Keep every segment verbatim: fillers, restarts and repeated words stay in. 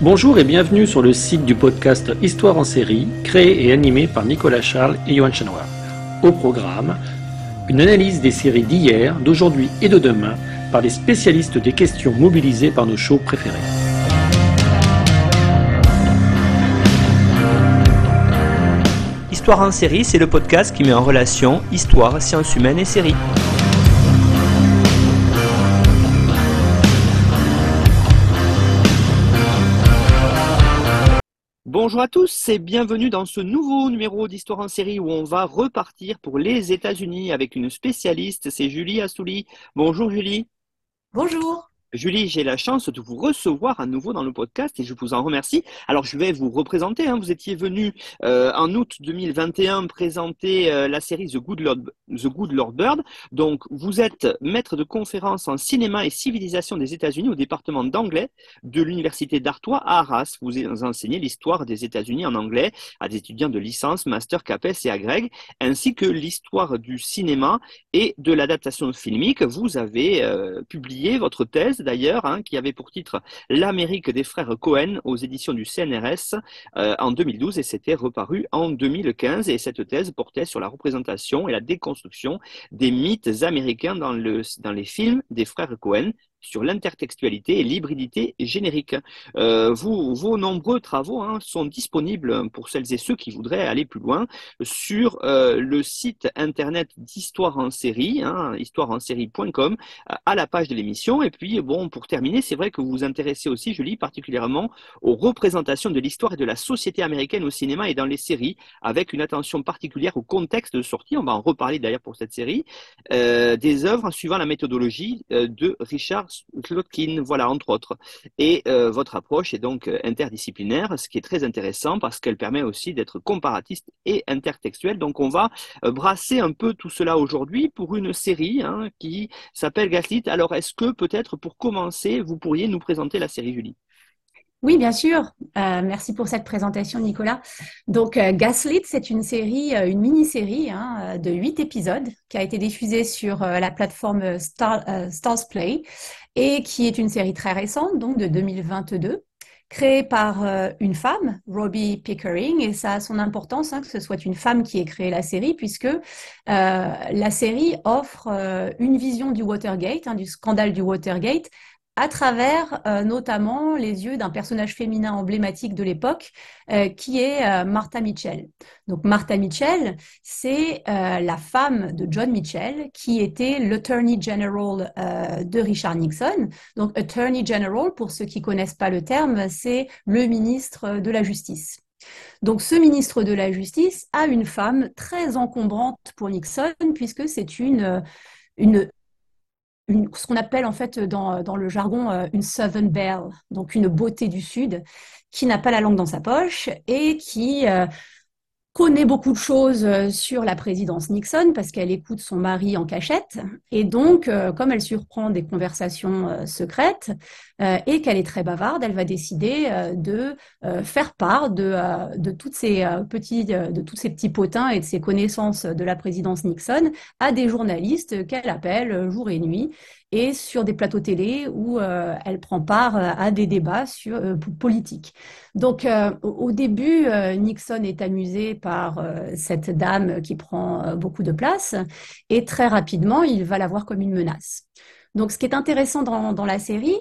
Bonjour et bienvenue sur le site du podcast Histoire en série, créé et animé par Nicolas Charles et Johan Chanoir. Au programme, une analyse des séries d'hier, d'aujourd'hui et de demain par les spécialistes des questions mobilisées par nos shows préférés. Histoire en série, c'est le podcast qui met en relation histoire, sciences humaines et séries. Bonjour à tous et bienvenue dans ce nouveau numéro d'Histoire en série où on va repartir pour les États-Unis avec une spécialiste, c'est Julie Assouli. Bonjour Julie. Bonjour. Julie, j'ai la chance de vous recevoir à nouveau dans le podcast et je vous en remercie. Alors, je vais vous représenter. Hein. Vous étiez venu euh, en août deux mille vingt et un présenter euh, la série The Good, Lord, The Good Lord Bird. Donc, vous êtes maître de conférence en cinéma et civilisation des États-Unis au département d'anglais de l'université d'Artois à Arras. Vous enseignez l'histoire des États-Unis en anglais à des étudiants de licence, master, CAPES et agrég, ainsi que l'histoire du cinéma et de l'adaptation filmique. Vous avez euh, publié votre thèse d'ailleurs, hein, qui avait pour titre L'Amérique des frères Cohen aux éditions du C N R S euh, en deux mille douze et c'était reparu en deux mille quinze. Et cette thèse portait sur la représentation et la déconstruction des mythes américains dans, le, dans les films des frères Cohen, sur l'intertextualité et l'hybridité générique. Euh, vous, vos nombreux travaux hein, sont disponibles pour celles et ceux qui voudraient aller plus loin sur euh, le site internet d'Histoire en série, hein, histoire en série point com, à la page de l'émission. Et puis, bon, pour terminer, c'est vrai que vous vous intéressez aussi, je lis particulièrement aux représentations de l'histoire et de la société américaine au cinéma et dans les séries, avec une attention particulière au contexte de sortie. On va en reparler d'ailleurs pour cette série, euh, des œuvres suivant la méthodologie euh, de Richard Slotkin, voilà, entre autres. Et euh, votre approche est donc interdisciplinaire, ce qui est très intéressant parce qu'elle permet aussi d'être comparatiste et intertextuelle. Donc on va euh, brasser un peu tout cela aujourd'hui pour une série hein, qui s'appelle Gaslit. Alors est-ce que peut-être pour commencer, vous pourriez nous présenter la série, Julie ? Oui, bien sûr. Euh, merci pour cette présentation, Nicolas. Donc, euh, Gaslit, c'est une série, euh, une mini-série hein, de huit épisodes qui a été diffusée sur euh, la plateforme Star, euh, Stars Play et qui est une série très récente, donc de deux mille vingt-deux, créée par euh, une femme, Robbie Pickering, et ça a son importance hein, que ce soit une femme qui ait créé la série, puisque euh, la série offre euh, une vision du Watergate, hein, du scandale du Watergate, à travers euh, notamment les yeux d'un personnage féminin emblématique de l'époque, euh, qui est euh, Martha Mitchell. Donc Martha Mitchell, c'est euh, la femme de John Mitchell, qui était l'Attorney General euh, de Richard Nixon. Donc Attorney General, pour ceux qui connaissent pas le terme, c'est le ministre de la Justice. Donc ce ministre de la Justice a une femme très encombrante pour Nixon, puisque c'est une, une Une, ce qu'on appelle en fait dans, dans le jargon euh, une Southern Belle, donc une beauté du Sud, qui n'a pas la langue dans sa poche et qui euh, connaît beaucoup de choses euh, sur la présidence Nixon parce qu'elle écoute son mari en cachette. Et donc, euh, comme elle surprend des conversations euh, secrètes euh, et qu'elle est très bavarde, elle va décider euh, de euh, faire part de, euh, de, toutes ces, euh, petits, euh, de tous ces petits potins et de ses connaissances de la présidence Nixon à des journalistes qu'elle appelle euh, jour et nuit et sur des plateaux télé où euh, elle prend part euh, à des débats sur, euh, politiques. Donc, euh, au début, euh, Nixon est amusé par euh, cette dame qui prend euh, beaucoup de place et très rapidement, il va la voir comme une menace. Donc, ce qui est intéressant dans, dans la série,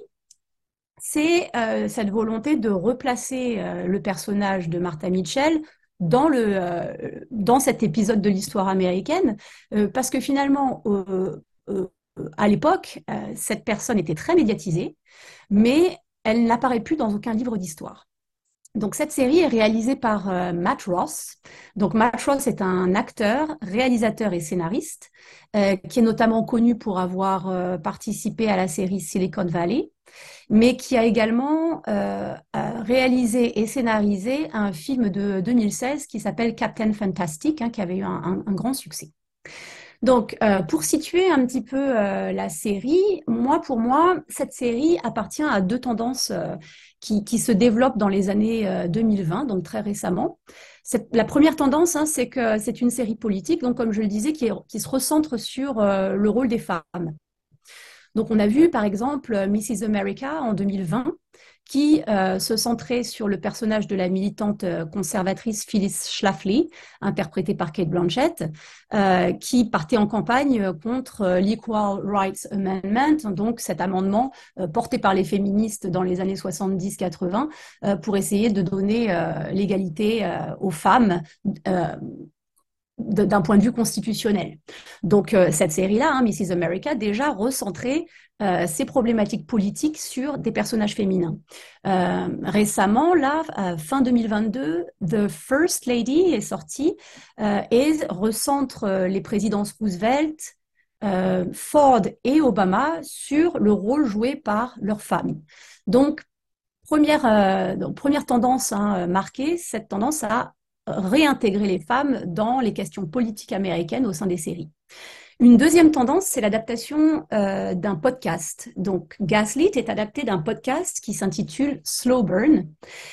c'est euh, cette volonté de replacer euh, le personnage de Martha Mitchell dans, le, euh, dans cet épisode de l'histoire américaine, euh, parce que finalement, euh, euh, à l'époque, euh, cette personne était très médiatisée, mais elle n'apparaît plus dans aucun livre d'histoire. Donc cette série est réalisée par euh, Matt Ross. Donc Matt Ross est un acteur, réalisateur et scénariste euh, qui est notamment connu pour avoir euh, participé à la série Silicon Valley, mais qui a également euh, réalisé et scénarisé un film de deux mille seize qui s'appelle Captain Fantastic, hein, qui avait eu un, un, un grand succès. Donc, euh, pour situer un petit peu euh, la série, moi, pour moi, cette série appartient à deux tendances euh, qui, qui se développent dans les années euh, deux mille vingt, donc très récemment. Cette, la première tendance, hein, c'est que c'est une série politique, donc comme je le disais, qui, est, qui se recentre sur euh, le rôle des femmes. Donc, on a vu, par exemple, missus America en deux mille vingt, qui euh, se centrait sur le personnage de la militante euh, conservatrice Phyllis Schlafly, interprétée par Cate Blanchett, euh, qui partait en campagne contre euh, l'Equal Rights Amendment, donc cet amendement euh, porté par les féministes dans les années soixante-dix quatre-vingts euh, pour essayer de donner euh, l'égalité euh, aux femmes euh, d'un point de vue constitutionnel. Donc euh, cette série-là, hein, missus America, déjà recentrait euh, ces problématiques politiques sur des personnages féminins. Euh, récemment, là, euh, fin deux mille vingt-deux, The First Lady est sortie euh, et recentre euh, les présidences Roosevelt, euh, Ford et Obama sur le rôle joué par leurs femmes. Donc, première, euh, donc, première tendance hein, marquée, cette tendance à réintégrer les femmes dans les questions politiques américaines au sein des séries. Une deuxième tendance, c'est l'adaptation euh, d'un podcast. Donc, Gaslit est adapté d'un podcast qui s'intitule Slow Burn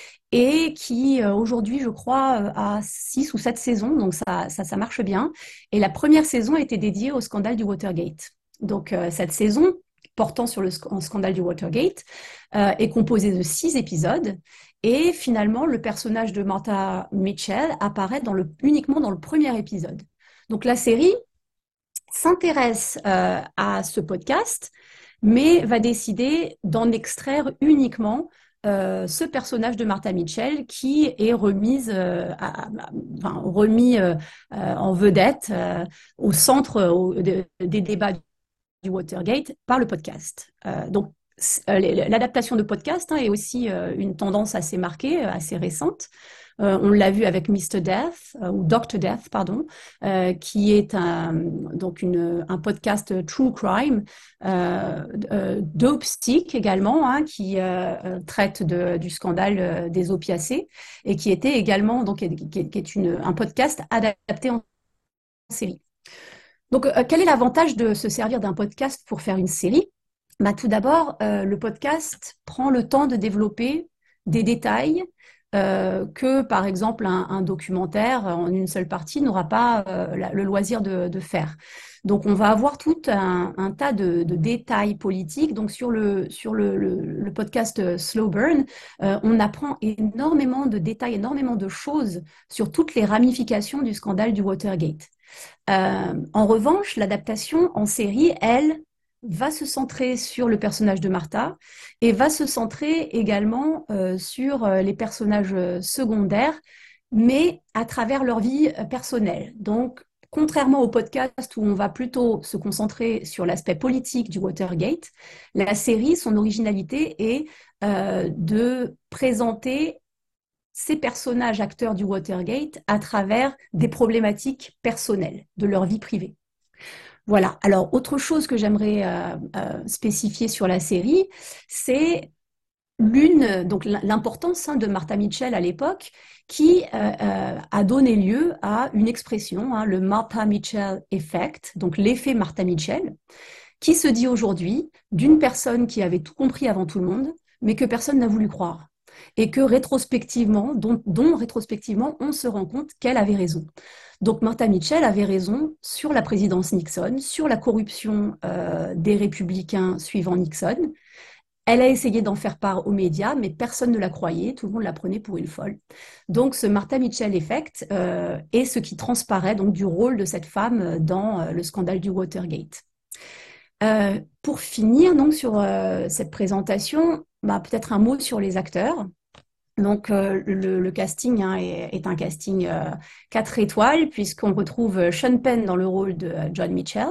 et qui, euh, aujourd'hui, je crois, euh, a six ou sept saisons, donc ça, ça, ça marche bien. Et la première saison était dédiée au scandale du Watergate. Donc, euh, cette saison, portant sur le sc- scandale du Watergate, euh, est composée de six épisodes. Et finalement, le personnage de Martha Mitchell apparaît dans le, uniquement dans le premier épisode. Donc, la série s'intéresse euh, à ce podcast, mais va décider d'en extraire uniquement euh, ce personnage de Martha Mitchell qui est remise, euh, à, à, enfin, remis euh, euh, en vedette euh, au centre euh, au, de, des débats du Watergate par le podcast. Euh, donc, euh, l'adaptation de podcast hein, est aussi euh, une tendance assez marquée, assez récente. Euh, on l'a vu avec mister Death, euh, ou docteur Death, pardon, euh, qui est un, donc une, un podcast true crime, euh, euh, Dope Stick également, hein, qui euh, traite de, du scandale euh, des opiacés et qui était également, donc, qui, qui est une, un podcast adapté en série. Donc, euh, quel est l'avantage de se servir d'un podcast pour faire une série? Bah, tout d'abord, euh, le podcast prend le temps de développer des détails euh, que, par exemple, un, un documentaire en une seule partie n'aura pas euh, la- le loisir de, de faire. Donc, on va avoir tout un, un tas de, de détails politiques. Donc, sur le, sur le, le- le podcast euh, Slow Burn, euh, on apprend énormément de détails, énormément de choses sur toutes les ramifications du scandale du Watergate. Euh, en revanche, l'adaptation en série, elle, va se centrer sur le personnage de Martha et va se centrer également euh, sur euh, les personnages euh, secondaires, mais à travers leur vie euh, personnelle. Donc, contrairement au podcast où on va plutôt se concentrer sur l'aspect politique du Watergate, la série, son originalité est euh, de présenter ces personnages acteurs du Watergate à travers des problématiques personnelles de leur vie privée. Voilà. Alors, autre chose que j'aimerais euh, euh, spécifier sur la série, c'est l'une, donc l'importance hein, de Martha Mitchell à l'époque, qui euh, euh, a donné lieu à une expression, hein, le Martha Mitchell Effect, donc l'effet Martha Mitchell, qui se dit aujourd'hui d'une personne qui avait tout compris avant tout le monde, mais que personne n'a voulu croire. Et que rétrospectivement, dont, dont rétrospectivement, on se rend compte qu'elle avait raison. Donc Martha Mitchell avait raison sur la présidence Nixon, sur la corruption euh, des républicains suivant Nixon. Elle a essayé d'en faire part aux médias, mais personne ne la croyait, tout le monde la prenait pour une folle. Donc ce Martha Mitchell effect euh, est ce qui transparaît donc du rôle de cette femme dans euh, le scandale du Watergate. Euh, pour finir donc sur euh, cette présentation, bah, peut-être un mot sur les acteurs. Donc euh, le, le casting hein, est, est un casting euh, quatre étoiles puisqu'on retrouve Sean Penn dans le rôle de euh, John Mitchell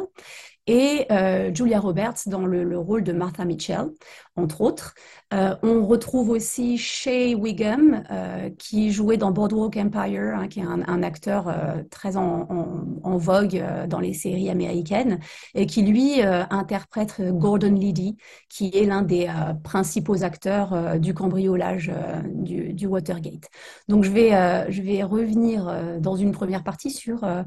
et euh, Julia Roberts dans le, le rôle de Martha Mitchell, entre autres. Euh, on retrouve aussi Shea Whigham, euh, qui jouait dans Boardwalk Empire, hein, qui est un, un acteur euh, très en, en, en vogue euh, dans les séries américaines, et qui, lui, euh, interprète Gordon Liddy, qui est l'un des euh, principaux acteurs euh, du cambriolage euh, du, du Watergate. Donc, je vais, euh, je vais revenir euh, dans une première partie sur... Euh,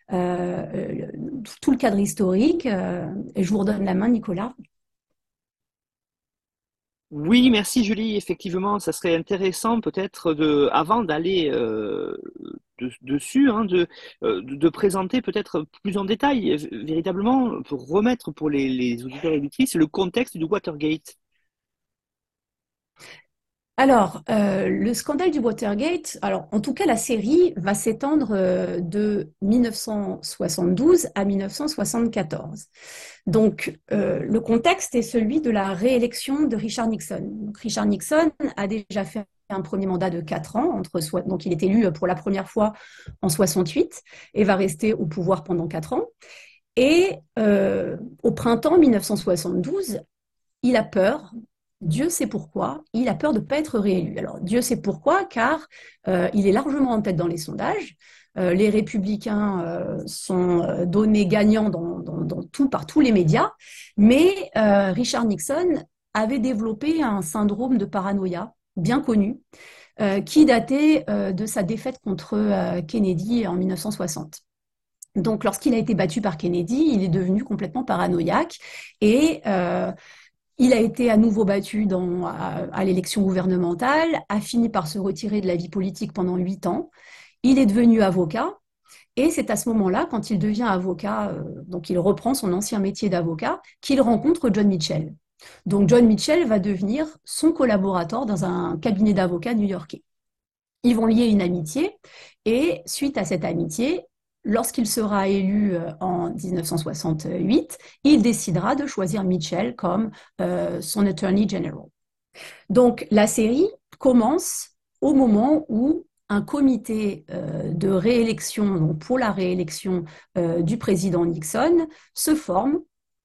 euh, tout le cadre historique. Euh, et je vous redonne la main, Nicolas. Oui, merci Julie. Effectivement, ça serait intéressant peut-être de, avant d'aller euh, de- dessus, hein, de, euh, de, de présenter peut-être plus en détail, euh, véritablement, pour remettre pour les, les auditeurs et auditrices le contexte du Watergate. Alors, euh, le scandale du Watergate, alors en tout cas, la série va s'étendre euh, de mille neuf cent soixante-douze à mille neuf cent soixante-quatorze. Donc, euh, le contexte est celui de la réélection de Richard Nixon. Donc, Richard Nixon a déjà fait un premier mandat de quatre ans, entre soi, donc il est élu pour la première fois en soixante-huit et va rester au pouvoir pendant quatre ans. Et euh, au printemps mille neuf cent soixante-douze, il a peur, Dieu sait pourquoi, il a peur de ne pas être réélu. Alors Dieu sait pourquoi, car euh, il est largement en tête dans les sondages. Euh, les républicains euh, sont euh, donnés gagnants dans, dans, dans tout, par tous les médias, mais euh, Richard Nixon avait développé un syndrome de paranoïa bien connu, euh, qui datait euh, de sa défaite contre euh, Kennedy en mille neuf cent soixante. Donc, lorsqu'il a été battu par Kennedy, il est devenu complètement paranoïaque et euh, il a été à nouveau battu dans, à, à l'élection gouvernementale, a fini par se retirer de la vie politique pendant huit ans. Il est devenu avocat et c'est à ce moment-là, quand il devient avocat, euh, donc il reprend son ancien métier d'avocat, qu'il rencontre John Mitchell. Donc John Mitchell va devenir son collaborateur dans un cabinet d'avocats new-yorkais. Ils vont lier une amitié et suite à cette amitié, lorsqu'il sera élu euh, en dix-neuf cent soixante-huit, il décidera de choisir Mitchell comme euh, son Attorney General. Donc la série commence au moment où un comité euh, de réélection, donc pour la réélection euh, du président Nixon, se forme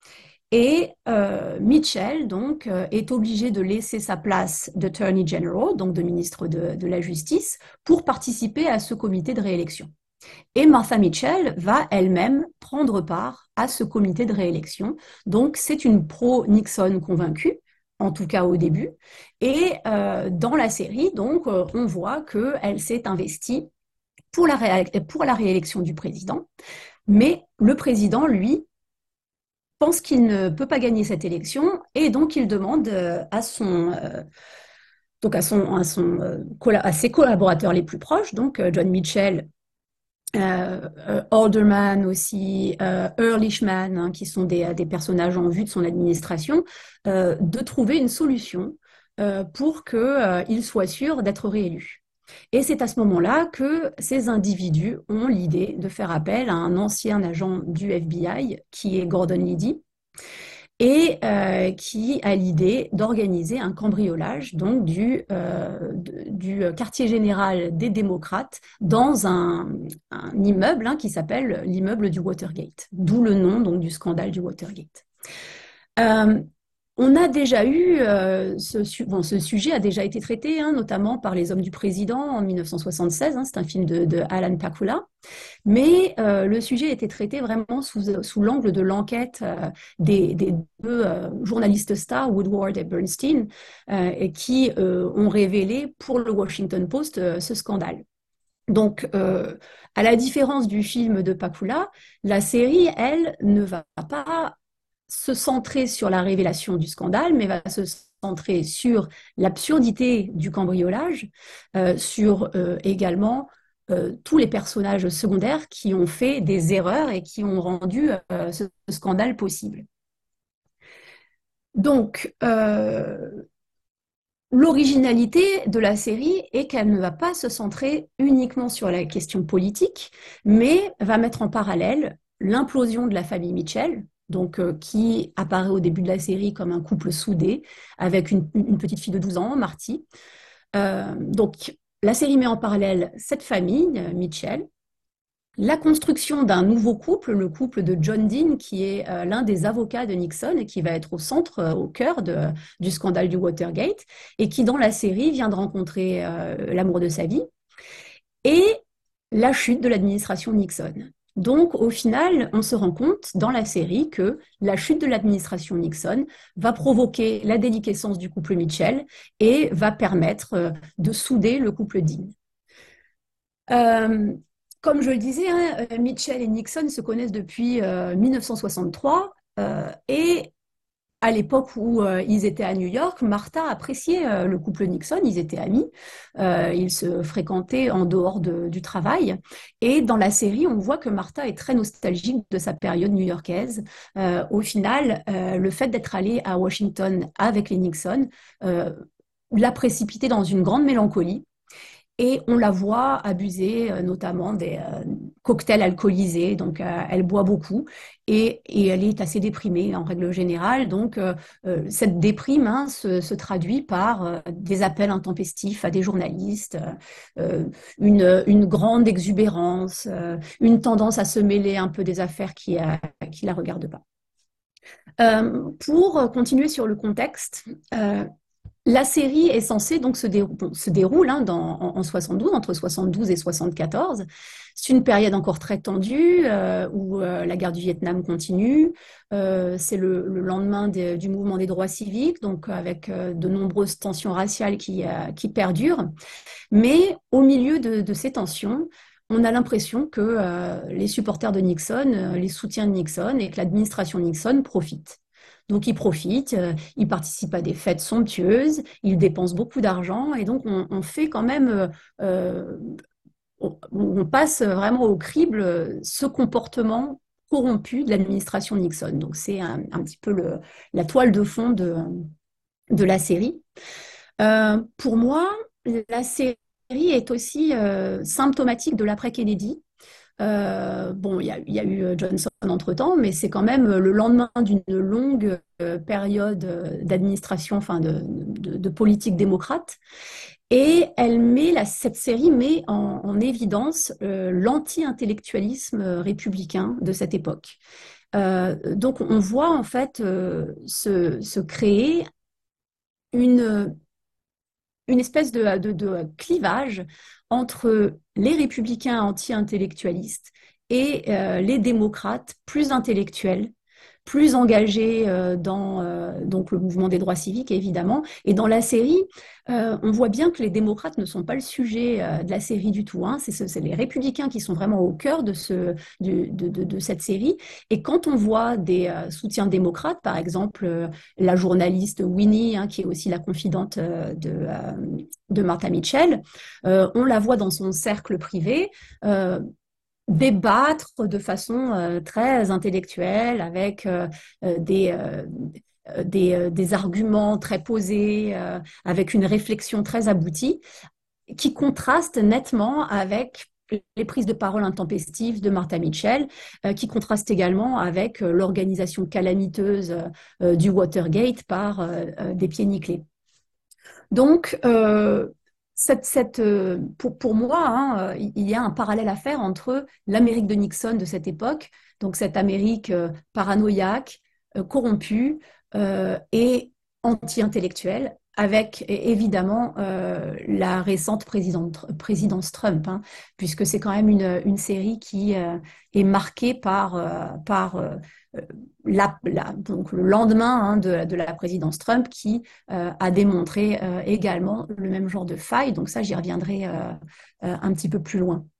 et euh, Mitchell donc euh, est obligé de laisser sa place d'Attorney General, donc de ministre de, de la Justice, pour participer à ce comité de réélection. Et Martha Mitchell va elle-même prendre part à ce comité de réélection. Donc c'est une pro-Nixon convaincue, en tout cas au début. Et euh, dans la série, donc, euh, on voit qu'elle s'est investie pour la, ré pour la réélection du président. Mais le président, lui, pense qu'il ne peut pas gagner cette élection et donc il demande euh, à son euh, donc à son, à, son euh, à ses collaborateurs les plus proches, donc euh, John Mitchell, euh, euh, Alderman aussi, euh, Ehrlichman, hein, qui sont des, des personnages en vue de son administration, euh, de trouver une solution euh, pour qu'il euh, soit sûr d'être réélu. Et c'est à ce moment-là que ces individus ont l'idée de faire appel à un ancien agent du F B I, qui est Gordon Liddy, et euh, qui a l'idée d'organiser un cambriolage donc du, euh, du quartier général des démocrates dans un, un immeuble hein, qui s'appelle l'immeuble du Watergate, d'où le nom donc, du scandale du Watergate. Euh, on a déjà eu, euh, ce, bon, ce sujet a déjà été traité, hein, notamment par Les Hommes du Président en mille neuf cent soixante-seize, hein, c'est un film de, de Alan Pakula. Mais euh, le sujet était traité vraiment sous, sous l'angle de l'enquête euh, des, des, deux euh, journalistes stars, Woodward et Bernstein, euh, et qui euh, ont révélé pour le Washington Post euh, ce scandale. Donc, euh, à la différence du film de Pakula, la série, elle, ne va pas se centrer sur la révélation du scandale, mais va se centrer sur l'absurdité du cambriolage, euh, sur euh, également euh, tous les personnages secondaires qui ont fait des erreurs et qui ont rendu euh, ce scandale possible. Donc, euh, l'originalité de la série est qu'elle ne va pas se centrer uniquement sur la question politique, mais va mettre en parallèle l'implosion de la famille Mitchell, donc euh, qui apparaît au début de la série comme un couple soudé avec une, une petite fille de douze ans, Marty. Euh, donc la série met en parallèle cette famille, euh, Mitchell, la construction d'un nouveau couple, le couple de John Dean, qui est euh, l'un des avocats de Nixon et qui va être au centre, euh, au cœur de, du scandale du Watergate, et qui, dans la série, vient de rencontrer euh, l'amour de sa vie, et la chute de l'administration Nixon. Donc, au final, on se rend compte dans la série que la chute de l'administration Nixon va provoquer la déliquescence du couple Mitchell et va permettre euh, de souder le couple Dean. Euh, comme je le disais, hein, Mitchell et Nixon se connaissent depuis euh, mille neuf cent soixante-trois euh, et à l'époque où euh, ils étaient à New York, Martha appréciait euh, le couple Nixon, ils étaient amis, euh, ils se fréquentaient en dehors de- du travail. Et dans la série, on voit que Martha est très nostalgique de sa période new-yorkaise. Euh, au final, euh, le fait d'être allée à Washington avec les Nixon euh, l'a précipitée dans une grande mélancolie. Et on la voit abuser euh, notamment des euh, cocktails alcoolisés, donc euh, elle boit beaucoup et, et elle est assez déprimée en règle générale. Donc euh, euh, cette déprime hein, se, se traduit par euh, des appels intempestifs à des journalistes, euh, une, une grande exubérance, euh, une tendance à se mêler un peu des affaires qui ne qui la regardent pas. Euh, pour continuer sur le contexte, euh, la série est censée donc se, dérou bon, se déroule hein, dans, en, en soixante-douze, entre soixante-douze et soixante-quatorze. C'est une période encore très tendue euh, où euh, la guerre du Vietnam continue. Euh, c'est le, le lendemain de, du mouvement des droits civiques, donc avec euh, de nombreuses tensions raciales qui, euh, qui perdurent. Mais au milieu de, de ces tensions, on a l'impression que euh, les supporters de Nixon, euh, les soutiens de Nixon et que l'administration Nixon profitent. Donc ils profitent, euh, ils participent à des fêtes somptueuses, ils dépensent beaucoup d'argent et donc on, on fait quand même, euh, euh, on, on passe vraiment au crible euh, ce comportement corrompu de l'administration Nixon. Donc c'est un, un petit peu le, la toile de fond de, de la série. Euh, pour moi, la série est aussi euh, symptomatique de l'après-Kennedy. Euh, bon, il y a, il y a eu euh, Johnson entre-temps, mais c'est quand même le lendemain d'une longue euh, période euh, d'administration, enfin de, de- de politique démocrate. Et elle met, la- cette série met en, en évidence euh, l'anti-intellectualisme euh, républicain de cette époque. Euh, donc on voit en fait euh, se, se créer une, une espèce de, de- de clivage entre les républicains anti-intellectualistes et euh, les démocrates plus intellectuels, plus engagés euh, dans euh, donc le mouvement des droits civiques, évidemment. Et dans la série, euh, on voit bien que les démocrates ne sont pas le sujet euh, de la série du tout, hein. C'est ce- c'est les républicains qui sont vraiment au cœur de, ce, du- de, de- de cette série. Et quand on voit des euh, soutiens démocrates, par exemple, euh, la journaliste Winnie, hein, qui est aussi la confidente euh, de, euh, de Martha Mitchell, euh, on la voit dans son cercle privé. Euh, débattre de façon euh, très intellectuelle avec euh, euh, des, euh, des, euh, des arguments très posés, euh, avec une réflexion très aboutie, qui contraste nettement avec les prises de parole intempestives de Martha Mitchell, euh, qui contraste également avec euh, l'organisation calamiteuse euh, du Watergate par euh, euh, des pieds nickelés. Donc, euh, cette, cette, euh, pour, pour moi, hein, euh, il y a un parallèle à faire entre l'Amérique de Nixon de cette époque, donc cette Amérique euh, paranoïaque, euh, corrompue euh, et anti-intellectuelle, avec é- évidemment euh, la récente présidente- présidence Trump, hein, puisque c'est quand même une, une série qui euh, est marquée par, euh, par euh, la- la- donc le lendemain hein, de, de la présidence Trump qui euh, a démontré euh, également le même genre de faille. Donc ça, j'y reviendrai euh, euh, un petit peu plus loin.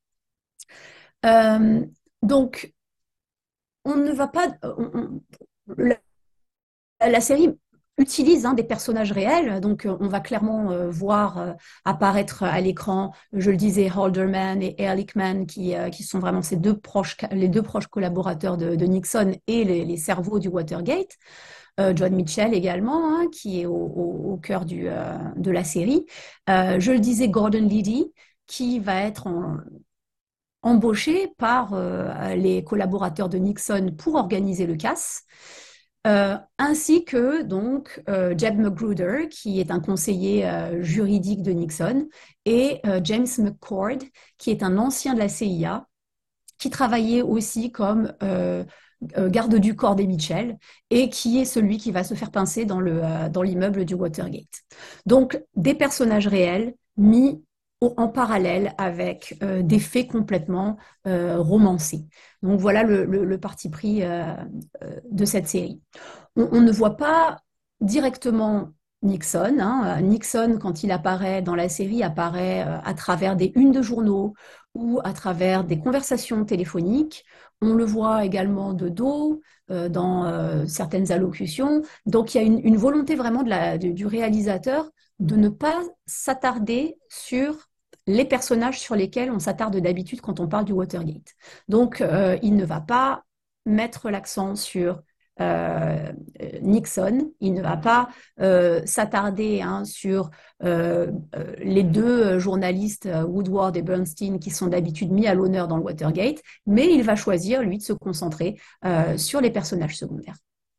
Euh, donc, on ne va pas... on- on- la, la série utilise hein, des personnages réels, donc euh, on va clairement euh, voir euh, apparaître à l'écran, je le disais, Halderman et Ehrlichman, qui, euh, qui sont vraiment ces deux proches, les deux proches collaborateurs de, de Nixon et les, les cerveaux du Watergate. Euh, John Mitchell également, hein, qui est au, au- au cœur du, euh, de la série. Euh, je le disais, Gordon Liddy, qui va être en- embauché par euh, les collaborateurs de Nixon pour organiser le casse. Euh, ainsi que donc euh, Jeb Magruder, qui est un conseiller euh, juridique de Nixon, et euh, James McCord, qui est un ancien de la C I A, qui travaillait aussi comme euh, euh, garde du corps des Mitchell et qui est celui qui va se faire pincer dans le, euh, dans l'immeuble du Watergate. Donc, des personnages réels mis au- en parallèle avec euh, des faits complètement euh, romancés. Donc, voilà le, le- le parti pris euh, euh, de cette série. On, on ne voit pas directement Nixon, hein. Nixon, quand il apparaît dans la série, apparaît euh, à travers des unes de journaux ou à travers des conversations téléphoniques. On le voit également de dos euh, dans euh, certaines allocutions. Donc il y a une, une volonté vraiment de la- de- du réalisateur de ne pas s'attarder sur les personnages sur lesquels on s'attarde d'habitude quand on parle du Watergate. Donc euh, il ne va pas mettre l'accent sur euh, Nixon, il ne va pas euh, s'attarder hein, sur euh, euh, les deux journalistes euh, Woodward et Bernstein qui sont d'habitude mis à l'honneur dans le Watergate, mais il va choisir, lui, de se concentrer euh, sur les personnages secondaires.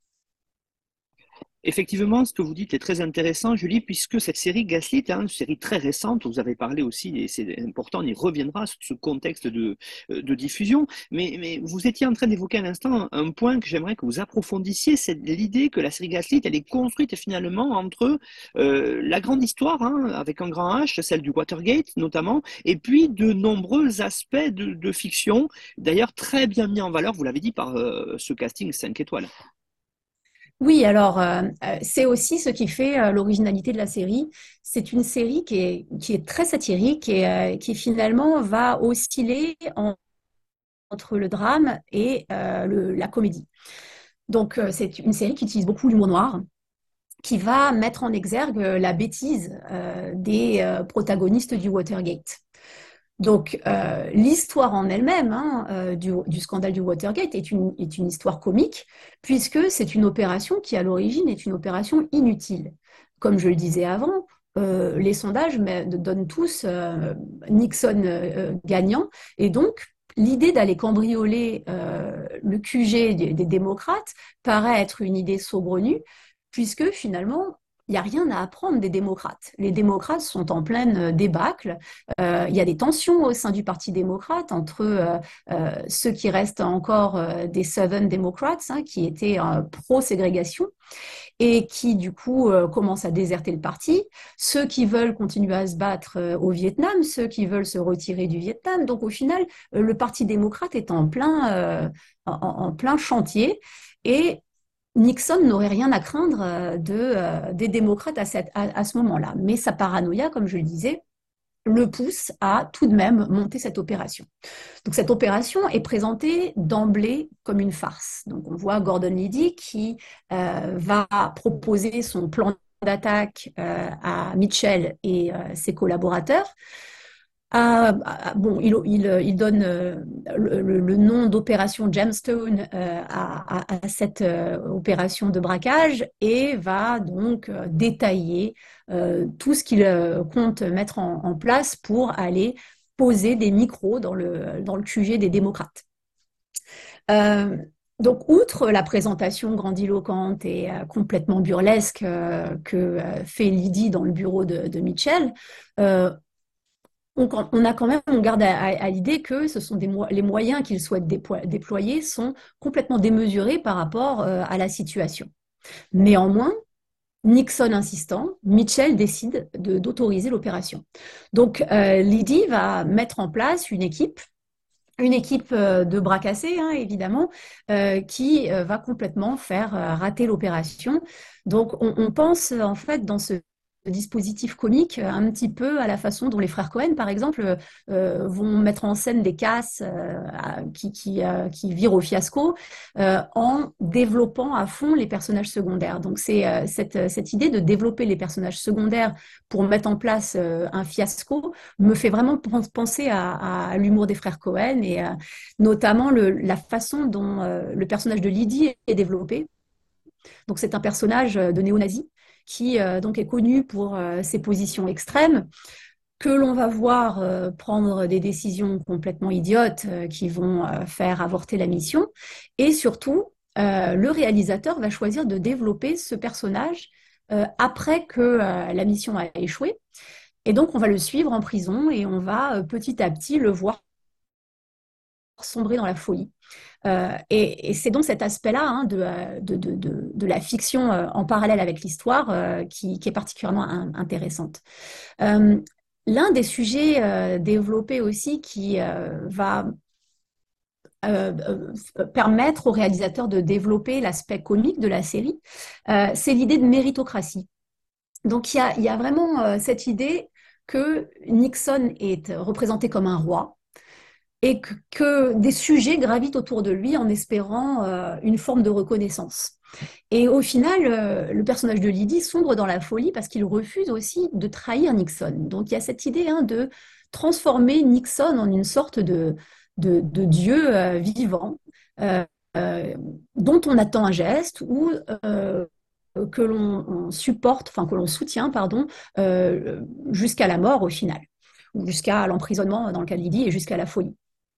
Effectivement, ce que vous dites est très intéressant, Julie, puisque cette série Gaslit, hein, une série très récente, vous avez parlé aussi, et c'est important, on y reviendra sur ce contexte de, euh, de diffusion, mais, mais vous étiez en train d'évoquer à l'instant un point que j'aimerais que vous approfondissiez, c'est l'idée que la série Gaslit, elle est construite finalement entre euh, la grande histoire, hein, avec un grand H, celle du Watergate notamment, et puis de nombreux aspects de, de fiction, d'ailleurs très bien mis en valeur, vous l'avez dit, par euh, ce casting cinq étoiles. Oui, alors euh, euh, c'est aussi ce qui fait euh, l'originalité de la série. C'est une série qui est, qui est très satirique et euh, qui finalement va osciller en- entre le drame et euh, le- la comédie. Donc euh, c'est une série qui utilise beaucoup l'humour noir, qui va mettre en exergue la bêtise euh, des euh, protagonistes du Watergate. Donc, euh, l'histoire en elle-même hein, euh, du, du scandale du Watergate est une, est une histoire comique, puisque c'est une opération qui, à l'origine, est une opération inutile. Comme je le disais avant, euh, les sondages mais, donnent tous euh, Nixon euh, gagnant, et donc l'idée d'aller cambrioler euh, le Q G des, des démocrates paraît être une idée saugrenue, puisque finalement, il n'y a rien à apprendre des démocrates. Les démocrates sont en pleine débâcle. Euh, il y a des tensions au sein du Parti démocrate entre euh, euh, ceux qui restent encore euh, des Southern Democrats, hein, qui étaient euh, pro-ségrégation et qui du coup euh, commencent à déserter le parti, ceux qui veulent continuer à se battre euh, au Vietnam, ceux qui veulent se retirer du Vietnam. Donc au final, euh, le Parti démocrate est en plein, euh, en, en plein chantier et Nixon n'aurait rien à craindre euh, de, euh, des démocrates à, cette, à, à ce moment-là. Mais sa paranoïa, comme je le disais, le pousse à tout de même monter cette opération. Donc cette opération est présentée d'emblée comme une farce. Donc on voit Gordon Liddy qui euh, va proposer son plan d'attaque euh, à Mitchell et euh, ses collaborateurs. Ah, ah, bon, il, il, il donne euh, le, le- le nom d'opération Gemstone euh, à, à- à cette euh, opération de braquage et va donc euh, détailler euh, tout ce qu'il euh, compte mettre en, en place pour aller poser des micros dans le, dans le Q G des démocrates. Euh, donc, outre la présentation grandiloquente et euh, complètement burlesque euh, que euh, fait Lydie dans le bureau de, de Mitchell, euh, on, on a quand même, on garde à, à- à l'idée que ce sont des mo- les moyens qu'il souhaite déploie- déployer sont complètement démesurés par rapport euh, à la situation. Néanmoins, Nixon insistant, Mitchell décide de- d'autoriser l'opération. Donc, euh, Lydie va mettre en place une équipe une équipe euh, de bras cassés, hein, évidemment, euh, qui euh, va complètement faire euh, rater l'opération. Donc, on, on pense en fait dans ce dispositif comique euh, un petit peu à la façon dont les frères Cohen, par exemple, euh, vont mettre en scène des casses euh, à- qui, qui, euh, qui virent au fiasco euh, en développant à fond les personnages secondaires. Donc, c'est euh, cette, cette idée de développer les personnages secondaires pour mettre en place euh, un fiasco me fait vraiment penser à, à l'humour des frères Cohen et euh, notamment le, la façon dont euh, le personnage de Lydie est développé. Donc c'est un personnage de néo-nazi qui euh, donc est connu pour euh, ses positions extrêmes, que l'on va voir euh, prendre des décisions complètement idiotes euh, qui vont euh, faire avorter la mission. Et surtout, euh, le réalisateur va choisir de développer ce personnage euh, après que euh, la mission a échoué. Et donc, on va le suivre en prison et on va euh, petit à petit le voir sombrer dans la folie. Euh, et, et c'est donc cet aspect-là hein, de, euh, de, de, de, de la fiction euh, en parallèle avec l'histoire euh, qui, qui est particulièrement in- intéressante. Euh, L'un des sujets euh, développés aussi qui euh, va euh, euh, permettre au réalisateur de développer l'aspect comique de la série, euh, c'est l'idée de méritocratie. Donc il y a, il y a vraiment euh, cette idée que Nixon est représenté comme un roi et que, que des sujets gravitent autour de lui en espérant euh, une forme de reconnaissance. Et au final, euh, le personnage de Lydie sombre dans la folie parce qu'il refuse aussi de trahir Nixon. Donc il y a cette idée hein, de transformer Nixon en une sorte de, de, de dieu euh, vivant euh, euh, dont on attend un geste ou euh, que l'on supporte, enfin que l'on soutient, pardon, euh, jusqu'à la mort au final, ou jusqu'à l'emprisonnement dans le cas de Lydie et jusqu'à la folie.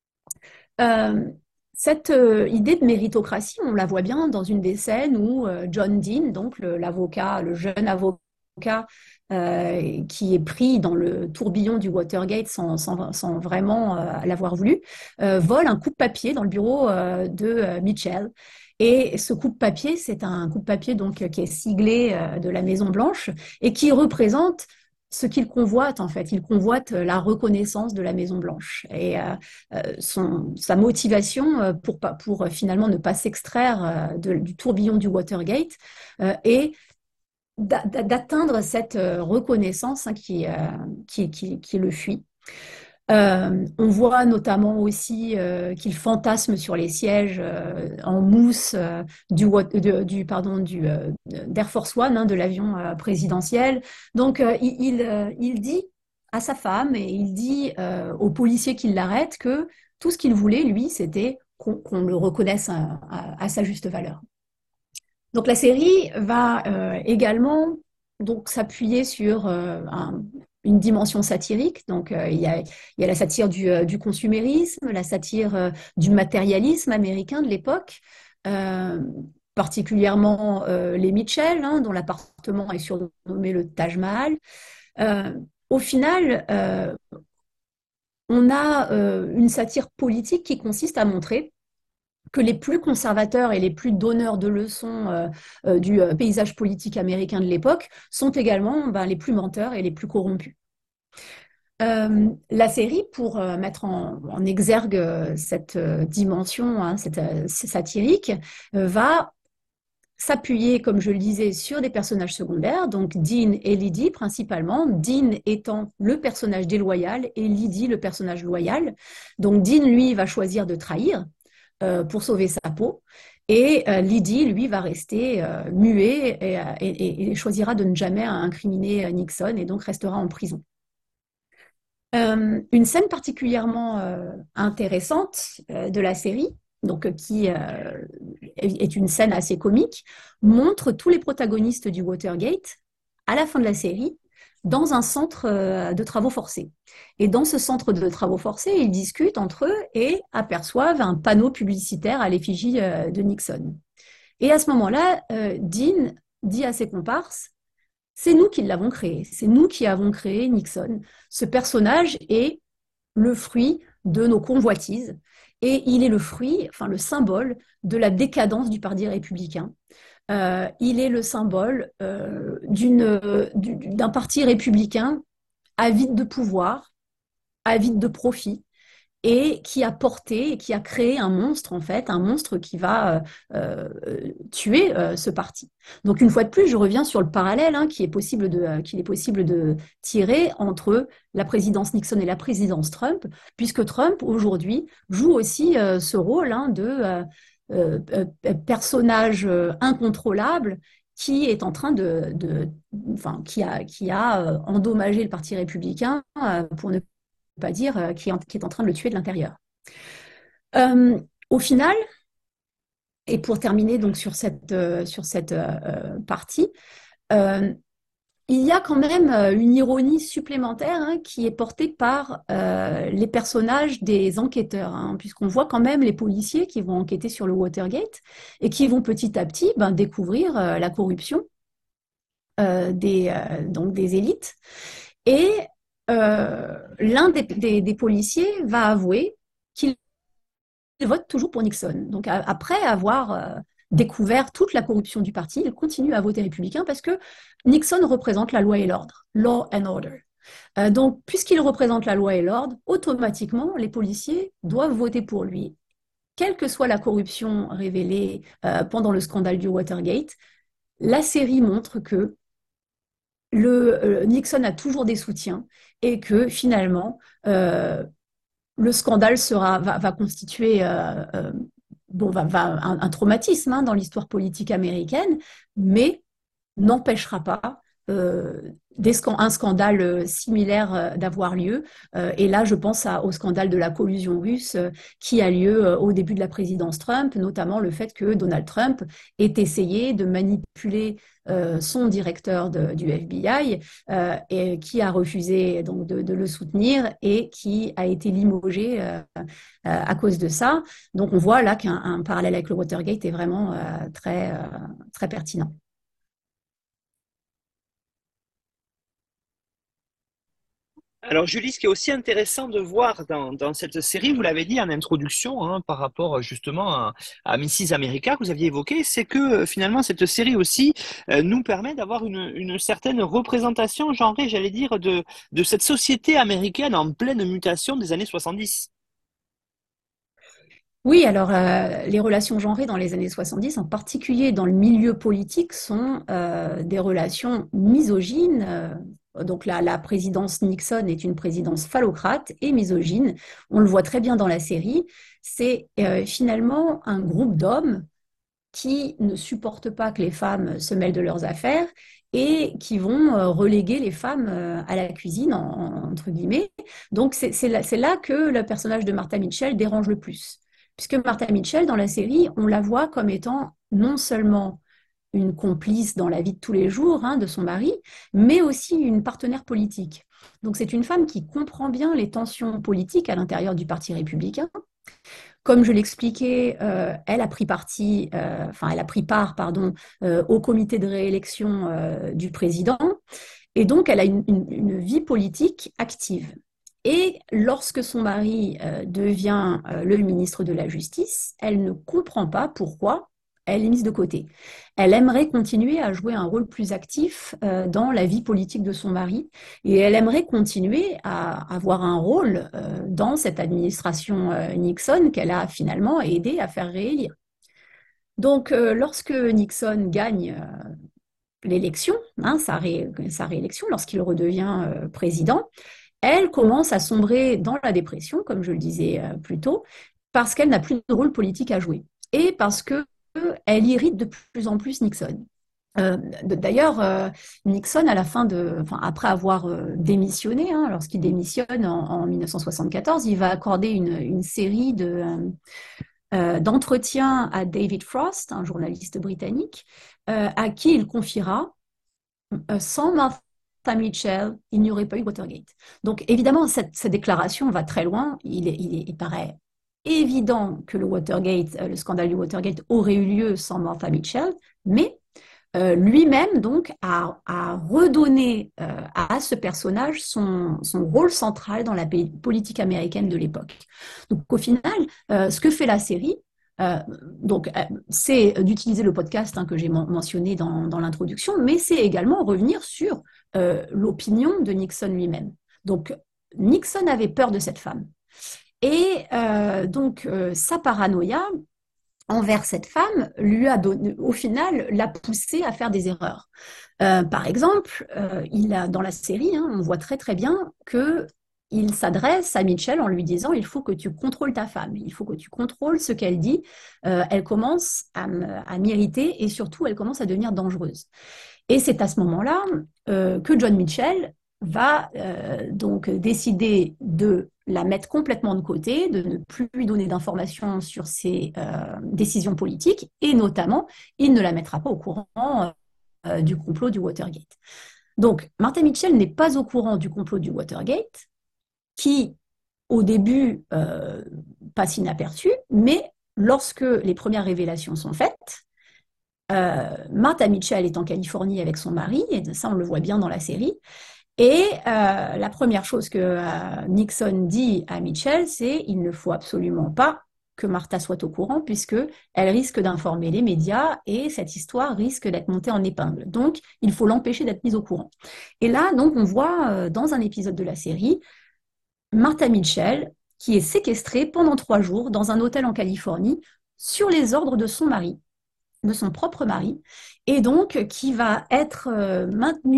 Euh, cette euh, idée de méritocratie, on la voit bien dans une des scènes où euh, John Dean, donc le- l'avocat, le jeune avocat euh, qui est pris dans le tourbillon du Watergate sans, sans- sans vraiment euh, l'avoir voulu, euh, vole un coupe-papier dans le bureau euh, de euh, Mitchell. Et ce coupe-papier, c'est un coupe-papier donc qui est siglé euh, de la Maison Blanche et qui représente ce qu'il convoite en fait. Il convoite la reconnaissance de la Maison Blanche. Et euh, euh, son, sa motivation euh, pour, pour euh, finalement ne pas s'extraire euh, de- du tourbillon du Watergate euh, est d'a- d'atteindre cette euh, reconnaissance hein, qui, euh, qui, qui, qui le fuit. Euh, on voit notamment aussi euh, qu'il fantasme sur les sièges euh, en mousse euh, du, wa- de- du, pardon, du, euh, d'Air Force One, hein, de l'avion euh, présidentiel. Donc, euh, il, il, euh, il dit à sa femme et il dit euh, aux policiers qui l'arrêtent que tout ce qu'il voulait, lui, c'était qu'on qu'on le reconnaisse à, à- à sa juste valeur. Donc, la série va euh, également donc s'appuyer sur euh, un- une dimension satirique. Donc, euh, il y a, il y a la satire du, euh, du consumérisme, la satire euh, du matérialisme américain de l'époque, euh, particulièrement euh, les Mitchell, hein, dont l'appartement est surnommé le Taj Mahal. Euh, Au final, euh, on a euh, une satire politique qui consiste à montrer que les plus conservateurs et les plus donneurs de leçons euh, euh, du euh, paysage politique américain de l'époque sont également ben, les plus menteurs et les plus corrompus. Euh, la série, pour euh, mettre en, en exergue euh, cette euh, dimension hein, cette, euh, satirique, euh, va s'appuyer, comme je le disais, sur des personnages secondaires, donc Dean et Lydie principalement, Dean étant le personnage déloyal et Lydie le personnage loyal. Donc Dean, lui, va choisir de trahir, euh, pour sauver sa peau. Et euh, Lydie, lui, va rester euh, muet et, et, et, choisira de ne jamais incriminer Nixon et donc restera en prison. Euh, une scène particulièrement euh, intéressante euh, de la série, donc euh, qui euh, est une scène assez comique, montre tous les protagonistes du Watergate à la fin de la série dans un centre euh, de travaux forcés. Et dans ce centre de travaux forcés, ils discutent entre eux et aperçoivent un panneau publicitaire à l'effigie euh, de Nixon. Et à ce moment-là, euh, Dean dit à ses comparses, c'est nous qui l'avons créé, c'est nous qui avons créé Nixon. Ce personnage est le fruit de nos convoitises et il est le fruit, enfin le symbole de la décadence du Parti républicain. Euh, il est le symbole euh, d'une, d'un parti républicain avide de pouvoir, avide de profit, et qui a porté et qui a créé un monstre, en fait, un monstre qui va euh, euh, tuer euh, ce parti. Donc, une fois de plus, je reviens sur le parallèle hein, qui est possible de, euh, qu'il est possible de tirer entre la présidence Nixon et la présidence Trump, puisque Trump, aujourd'hui, joue aussi euh, ce rôle hein, de euh, euh, euh, personnage euh, incontrôlable qui est en train de, de enfin, qui a, qui a euh, endommagé le Parti républicain, euh, pour ne pas dire, euh, qui, est en, qui est en train de le tuer de l'intérieur. Euh, au final, et pour terminer donc sur cette, euh, sur cette euh, partie, euh, il y a quand même euh, une ironie supplémentaire hein, qui est portée par euh, les personnages des enquêteurs, hein, puisqu'on voit quand même les policiers qui vont enquêter sur le Watergate et qui vont petit à petit ben, découvrir euh, la corruption euh, des, euh, donc des élites. Et euh, l'un des, des, des policiers va avouer qu'il vote toujours pour Nixon. Donc après avoir euh, découvert toute la corruption du parti, il continue à voter républicain parce que Nixon représente la loi et l'ordre, law and order. Euh, donc puisqu'il représente la loi et l'ordre, automatiquement les policiers doivent voter pour lui. Quelle que soit la corruption révélée euh, pendant le scandale du Watergate, la série montre que le, euh, Nixon a toujours des soutiens et que finalement, euh, le scandale sera, va, va constituer euh, euh, bon, va, va, un, un traumatisme hein, dans l'histoire politique américaine, mais n'empêchera pas euh, des, un scandale similaire euh, d'avoir lieu. Euh, et là, je pense à, au scandale de la collusion russe euh, qui a lieu euh, au début de la présidence Trump, notamment le fait que Donald Trump ait essayé de manipuler euh, son directeur de, du F B I euh, et qui a refusé donc de, de, le soutenir et qui a été limogé euh, euh, à cause de ça. Donc on voit là qu'un parallèle avec le Watergate est vraiment euh, très, euh, très pertinent. Alors Julie, ce qui est aussi intéressant de voir dans, dans cette série, vous l'avez dit en introduction, hein, par rapport euh, justement à, à missus America que vous aviez évoqué, c'est que euh, finalement cette série aussi euh, nous permet d'avoir une, une certaine représentation genrée, j'allais dire, de, de cette société américaine en pleine mutation des années soixante-dix. Oui, alors euh, les relations genrées dans les années soixante-dix, en particulier dans le milieu politique, sont euh, des relations misogynes. Euh, donc la, la présidence Nixon est une présidence phallocrate et misogyne. On le voit très bien dans la série. C'est euh, finalement un groupe d'hommes qui ne supportent pas que les femmes se mêlent de leurs affaires et qui vont euh, reléguer les femmes euh, à la cuisine, en- entre guillemets. Donc c'est c'est là, c'est là que le personnage de Martha Mitchell dérange le plus. Puisque Martha Mitchell, dans la série, on la voit comme étant non seulement une complice dans la vie de tous les jours hein, de son mari, mais aussi une partenaire politique. Donc c'est une femme qui comprend bien les tensions politiques à l'intérieur du Parti républicain. Comme je l'expliquais, euh, elle a pris parti, euh, enfin elle a pris part, pardon, euh, au comité de réélection euh, du président, et donc elle a une, une- une vie politique active. Et lorsque son mari euh, devient euh, le ministre de la Justice, elle ne comprend pas pourquoi elle est mise de côté. Elle aimerait continuer à jouer un rôle plus actif euh, dans la vie politique de son mari et elle aimerait continuer à avoir un rôle euh, dans cette administration euh, Nixon qu'elle a finalement aidé à faire réélire. Donc, euh, lorsque Nixon gagne euh, l'élection, hein, sa, ré- sa réélection, lorsqu'il redevient euh, président, elle commence à sombrer dans la dépression, comme je le disais euh, plus tôt, parce qu'elle n'a plus de rôle politique à jouer et parce que euh, elle irrite de plus en plus Nixon. Euh, D'ailleurs, euh, Nixon, à la fin de, enfin, après avoir euh, démissionné, hein, lorsqu'il démissionne en, en mille neuf cent soixante-quatorze, il va accorder une, une série de, euh, euh, d'entretiens à David Frost, un journaliste britannique, euh, à qui il confiera euh, sans Martha Mitchell, il n'y aurait pas eu Watergate. Donc évidemment, cette, cette déclaration va très loin. Il, est- il, est- il paraît évident que le Watergate, euh, le scandale du Watergate aurait eu lieu sans Martha Mitchell, mais euh, lui-même donc a, a redonné euh, à ce personnage son, son rôle central dans la politique américaine de l'époque. Donc au final, euh, ce que fait la série, euh, donc euh, c'est d'utiliser le podcast hein, que j'ai men- mentionné dans, dans l'introduction, mais c'est également revenir sur euh, l'opinion de Nixon lui-même. Donc Nixon avait peur de cette femme. Et euh, donc euh, sa paranoïa envers cette femme lui a donné, au final, l'a poussé à faire des erreurs. Euh, par exemple, euh, il a, dans la série, hein, on voit très très bien que il s'adresse à Mitchell en lui disant il faut que tu contrôles ta femme, il faut que tu contrôles ce qu'elle dit. Euh, elle commence à, à m'irriter et surtout elle commence à devenir dangereuse. Et c'est à ce moment-là euh, que John Mitchell va euh, donc décider de la mettre complètement de côté, de ne plus lui donner d'informations sur ses euh, décisions politiques, et notamment, il ne la mettra pas au courant euh, du complot du Watergate. Donc, Martha Mitchell n'est pas au courant du complot du Watergate, qui, au début, euh, passe inaperçu, mais lorsque les premières révélations sont faites, euh, Martha Mitchell est en Californie avec son mari, et ça on le voit bien dans la série. Et euh, la première chose que euh, Nixon dit à Mitchell, c'est il ne faut absolument pas que Martha soit au courant puisque elle risque d'informer les médias et cette histoire risque d'être montée en épingle. Donc, il faut l'empêcher d'être mise au courant. Et là, donc, on voit euh, dans un épisode de la série Martha Mitchell qui est séquestrée pendant trois jours dans un hôtel en Californie sur les ordres de son mari de son propre mari, et donc qui va être euh, maintenue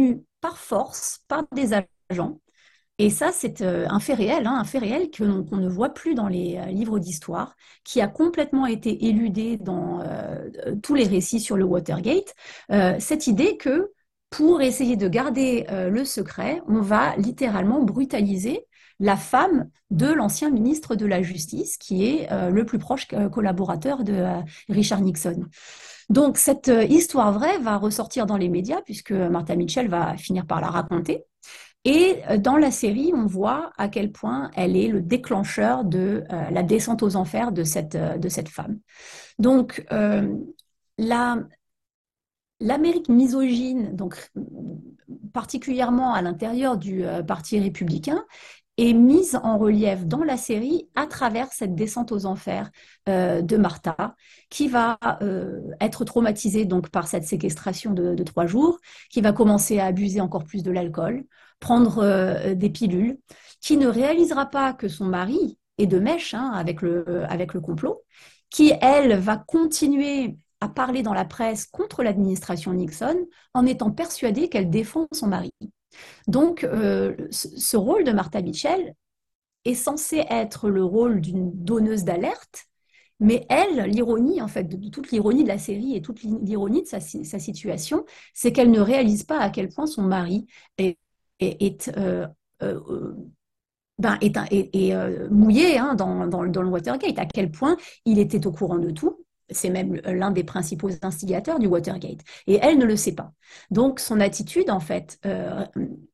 par force par des agents. Et ça, c'est euh, un fait réel, hein, un fait réel que l'on- qu'on ne voit plus dans les euh, livres d'histoire, qui a complètement été éludé dans euh, euh, tous les récits sur le Watergate. Euh, cette idée que pour essayer de garder euh, le secret, on va littéralement brutaliser la femme de l'ancien ministre de la Justice, qui est euh, le plus proche euh, collaborateur de euh, Richard Nixon. Donc cette euh, histoire vraie va ressortir dans les médias, puisque Martha Mitchell va finir par la raconter. Et euh, dans la série, on voit à quel point elle est le déclencheur de euh, la descente aux enfers de cette, euh, de cette femme. Donc, euh, la, l'Amérique misogyne, donc particulièrement à l'intérieur du euh, Parti républicain, est mise en relief dans la série à travers cette descente aux enfers euh, de Martha, qui va euh, être traumatisée donc par cette séquestration de, de trois jours, qui va commencer à abuser encore plus de l'alcool, prendre euh, des pilules, qui ne réalisera pas que son mari est de mèche hein, avec le, avec le complot, qui, elle, va continuer à parler dans la presse contre l'administration Nixon en étant persuadée qu'elle défend son mari. Donc, euh, ce rôle de Martha Mitchell est censé être le rôle d'une donneuse d'alerte, mais elle, l'ironie, en fait, de toute l'ironie de la série et toute l'ironie de sa, sa situation, c'est qu'elle ne réalise pas à quel point son mari est, est, est euh, euh, ben, est, est, est euh, mouillé hein, dans, dans, dans le Watergate, à quel point il était au courant de tout. C'est même l'un des principaux instigateurs du Watergate. Et elle ne le sait pas. Donc, son attitude, en fait, euh,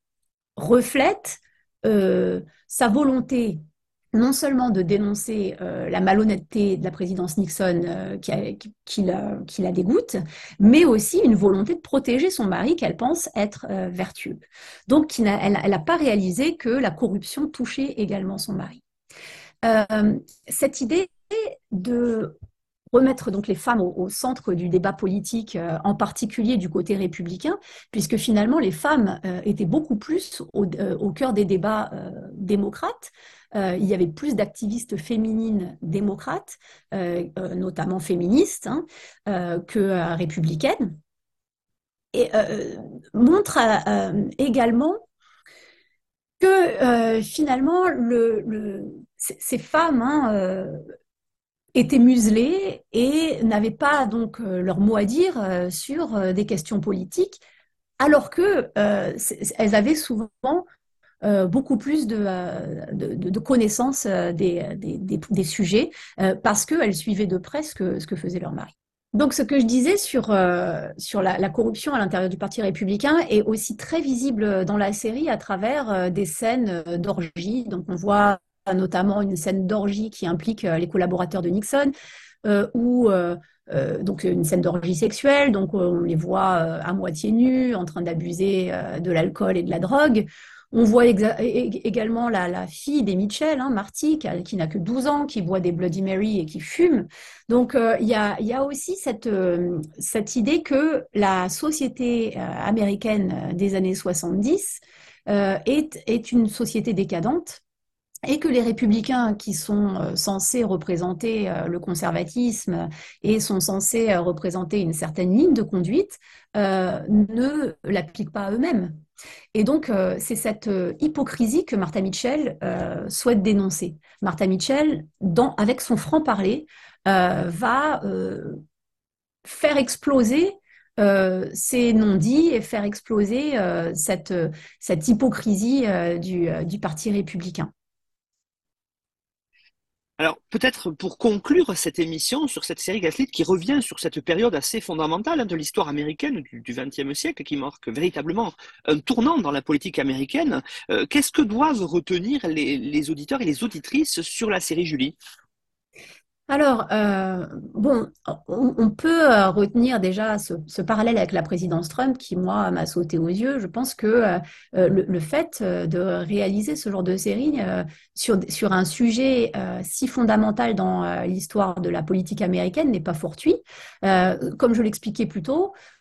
reflète euh, sa volonté non seulement de dénoncer euh, la malhonnêteté de la présidence Nixon euh, qui, a, qui, la, qui la dégoûte, mais aussi une volonté de protéger son mari qu'elle pense être euh, vertueux. Donc, qui n'a, elle n'a pas réalisé que la corruption touchait également son mari. Euh, cette idée de remettre donc les femmes au, au centre du débat politique, euh, en particulier du côté républicain, puisque finalement les femmes euh, étaient beaucoup plus au, euh, au cœur des débats euh, démocrates. Euh, il y avait plus d'activistes féminines démocrates, euh, euh, notamment féministes, hein, euh, que euh, républicaines, et euh, montre euh, également que euh, finalement le, le, ces femmes hein, euh, étaient muselées et n'avaient pas donc euh, leur mot à dire euh, sur euh, des questions politiques, alors que euh, elles avaient souvent euh, beaucoup plus de, euh, de, de, de connaissances euh, des, des, des, des, sujets euh, parce qu'elles suivaient de près ce que, ce que faisait leur mari. Donc, ce que je disais sur, euh, sur la, la corruption à l'intérieur du Parti républicain est aussi très visible dans la série à travers euh, des scènes euh, d'orgie. Donc, on voit notamment une scène d'orgie qui implique euh, les collaborateurs de Nixon, euh, ou euh, euh, donc une scène d'orgie sexuelle. Donc, on les voit euh, à moitié nus, en train d'abuser euh, de l'alcool et de la drogue. On voit également la, la fille des Mitchell, hein, Marty, qui, a, qui n'a que douze ans, qui boit des Bloody Mary et qui fume. Donc, il euh, y, a, y a aussi cette, euh, cette idée que la société euh, américaine des années soixante-dix euh, est, est une société décadente et que les républicains qui sont euh, censés représenter euh, le conservatisme et sont censés euh, représenter une certaine ligne de conduite euh, ne l'appliquent pas à eux-mêmes. Et donc, euh, c'est cette euh, hypocrisie que Martha Mitchell euh, souhaite dénoncer. Martha Mitchell, dans, avec son franc-parler, euh, va euh, faire exploser euh, ces non-dits et faire exploser euh, cette, cette hypocrisie euh, du, euh, du Parti républicain. Alors, peut-être pour conclure cette émission sur cette série Gaslit qui revient sur cette période assez fondamentale hein, de l'histoire américaine du vingtième siècle, qui marque véritablement un tournant dans la politique américaine, euh, qu'est-ce que doivent retenir les, les auditeurs et les auditrices sur la série, Julie ? Alors, euh, bon, on, on peut euh, retenir déjà ce, ce parallèle avec la présidence Trump qui, moi, m'a sauté aux yeux. Je pense que euh, le, le fait euh, de réaliser ce genre de série euh, sur, sur un sujet euh, si fondamental dans euh, l'histoire de la politique américaine n'est pas fortuit. Euh, comme je l'expliquais plus tôt,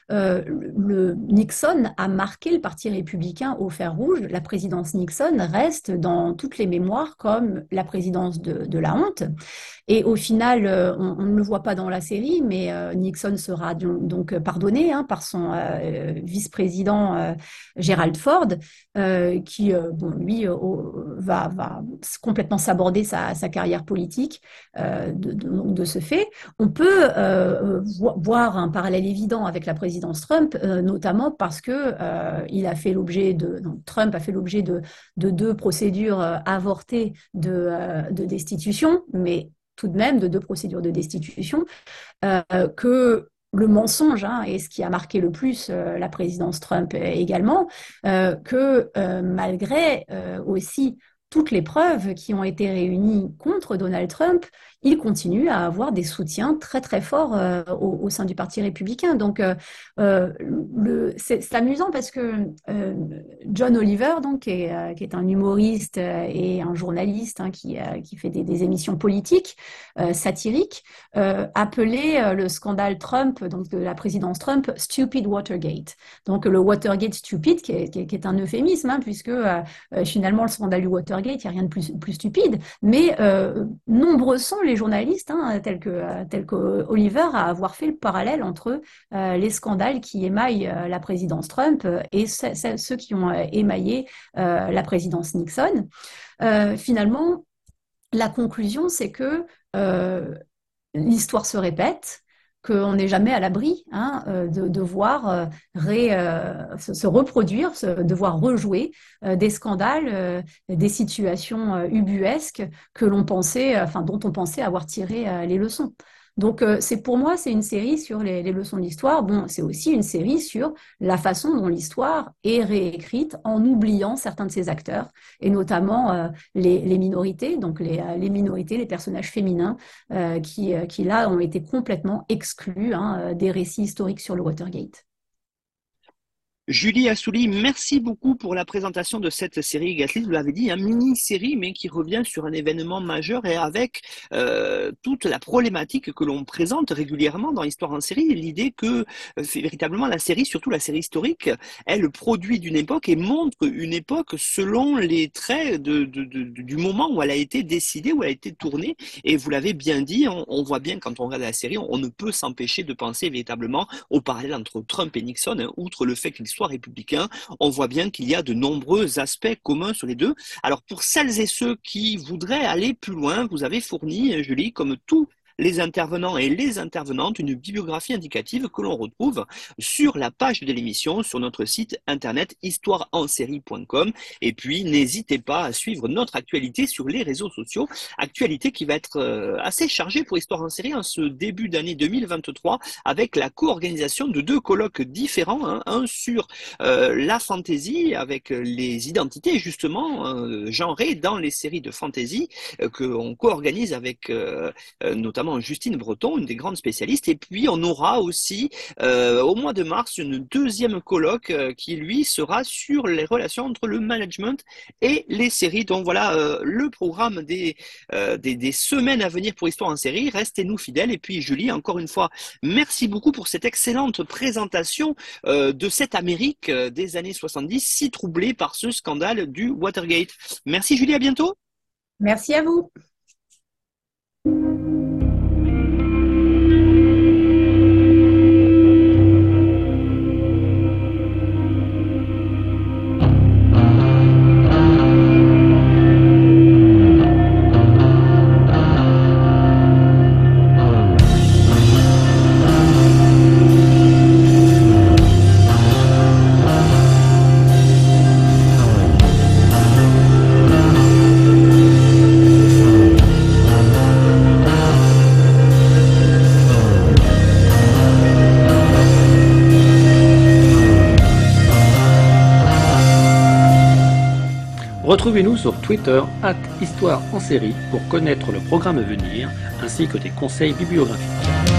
euh, le Nixon a marqué le Parti républicain au fer rouge. La présidence Nixon reste dans toutes les mémoires comme la présidence de, de la honte. Et au final, euh, on, on ne le voit pas dans la série, mais euh, Nixon sera donc, donc pardonné hein, par son euh, vice-président euh, Gerald Ford, euh, qui, euh, bon, lui, euh, va, va complètement s'aborder sa, sa carrière politique euh, de, de, de ce fait. On peut euh, voir un parallèle évident avec la présidence Trump, euh, notamment parce que euh, il a fait l'objet de, donc, Trump a fait l'objet de, de deux procédures euh, avortées de, euh, de destitution, mais tout de même de deux procédures de destitution, euh, que le mensonge, hein, et ce qui a marqué le plus euh, la présidence Trump également, euh, que euh, malgré euh, aussi toutes les preuves qui ont été réunies contre Donald Trump, il continue à avoir des soutiens très très forts euh, au, au sein du Parti républicain. Donc euh, euh, le, c'est, c'est amusant parce que euh, John Oliver, donc, qui, est, euh, qui est un humoriste euh, et un journaliste hein, qui, euh, qui fait des, des émissions politiques euh, satiriques, euh, appelait euh, le scandale Trump, donc de la présidence Trump, Stupid Watergate. Donc le Watergate stupide, qui est, qui est, qui est un euphémisme, hein, puisque euh, finalement le scandale du Watergate, il n'y a rien de plus, plus stupide, mais euh, nombreux sont les journalistes, hein, tels que, tels que Oliver, à avoir fait le parallèle entre euh, les scandales qui émaillent euh, la présidence Trump et ce, ce, ceux qui ont euh, émaillé euh, la présidence Nixon. Euh, finalement, la conclusion, c'est que euh, l'histoire se répète, qu'on n'est jamais à l'abri hein, de, de voir euh, ré, euh, se, se reproduire, se, de voir rejouer euh, des scandales, euh, des situations euh, ubuesques que l'on pensait, euh, enfin, dont on pensait avoir tiré euh, les leçons. Donc, euh, c'est pour moi, c'est une série sur les, les leçons de l'histoire. Bon, c'est aussi une série sur la façon dont l'histoire est réécrite en oubliant certains de ses acteurs, et notamment euh, les, les minorités, donc les, les minorités, les personnages féminins, euh, qui, qui là ont été complètement exclus hein, des récits historiques sur le Watergate. Julie Assouli, merci beaucoup pour la présentation de cette série Gaslit. Vous l'avez dit, une mini-série, mais qui revient sur un événement majeur et avec euh, toute la problématique que l'on présente régulièrement dans l'histoire en série, l'idée que euh, véritablement la série, surtout la série historique, est le produit d'une époque et montre une époque selon les traits de, de, de, de, du moment où elle a été décidée, où elle a été tournée. Et vous l'avez bien dit, on, on voit bien quand on regarde la série, on, on ne peut s'empêcher de penser véritablement au parallèle entre Trump et Nixon, hein, outre le fait qu'il soit républicain, on voit bien qu'il y a de nombreux aspects communs sur les deux. Alors pour celles et ceux qui voudraient aller plus loin, vous avez fourni, Julie, comme tout les intervenants et les intervenantes une bibliographie indicative que l'on retrouve sur la page de l'émission sur notre site internet histoire en série point com. Et puis n'hésitez pas à suivre notre actualité sur les réseaux sociaux, actualité qui va être assez chargée pour Histoire en série en ce début d'année deux mille vingt-trois avec la co-organisation de deux colloques différents, hein, un sur euh, la fantasy avec les identités justement euh, genrées dans les séries de fantasy euh, qu'on co-organise avec euh, euh, notamment Justine Breton, une des grandes spécialistes, et puis on aura aussi euh, au mois de mars une deuxième colloque euh, qui lui sera sur les relations entre le management et les séries. Donc voilà euh, le programme des, euh, des, des semaines à venir pour Histoire en série. Restez-nous fidèles. Et puis Julie, encore une fois, merci beaucoup pour cette excellente présentation euh, de cette Amérique euh, des années soixante-dix, si troublée par ce scandale du Watergate. Merci Julie, à bientôt. Merci à vous. Retrouvez-nous sur Twitter arobase histoire en série pour connaître le programme à venir ainsi que des conseils bibliographiques.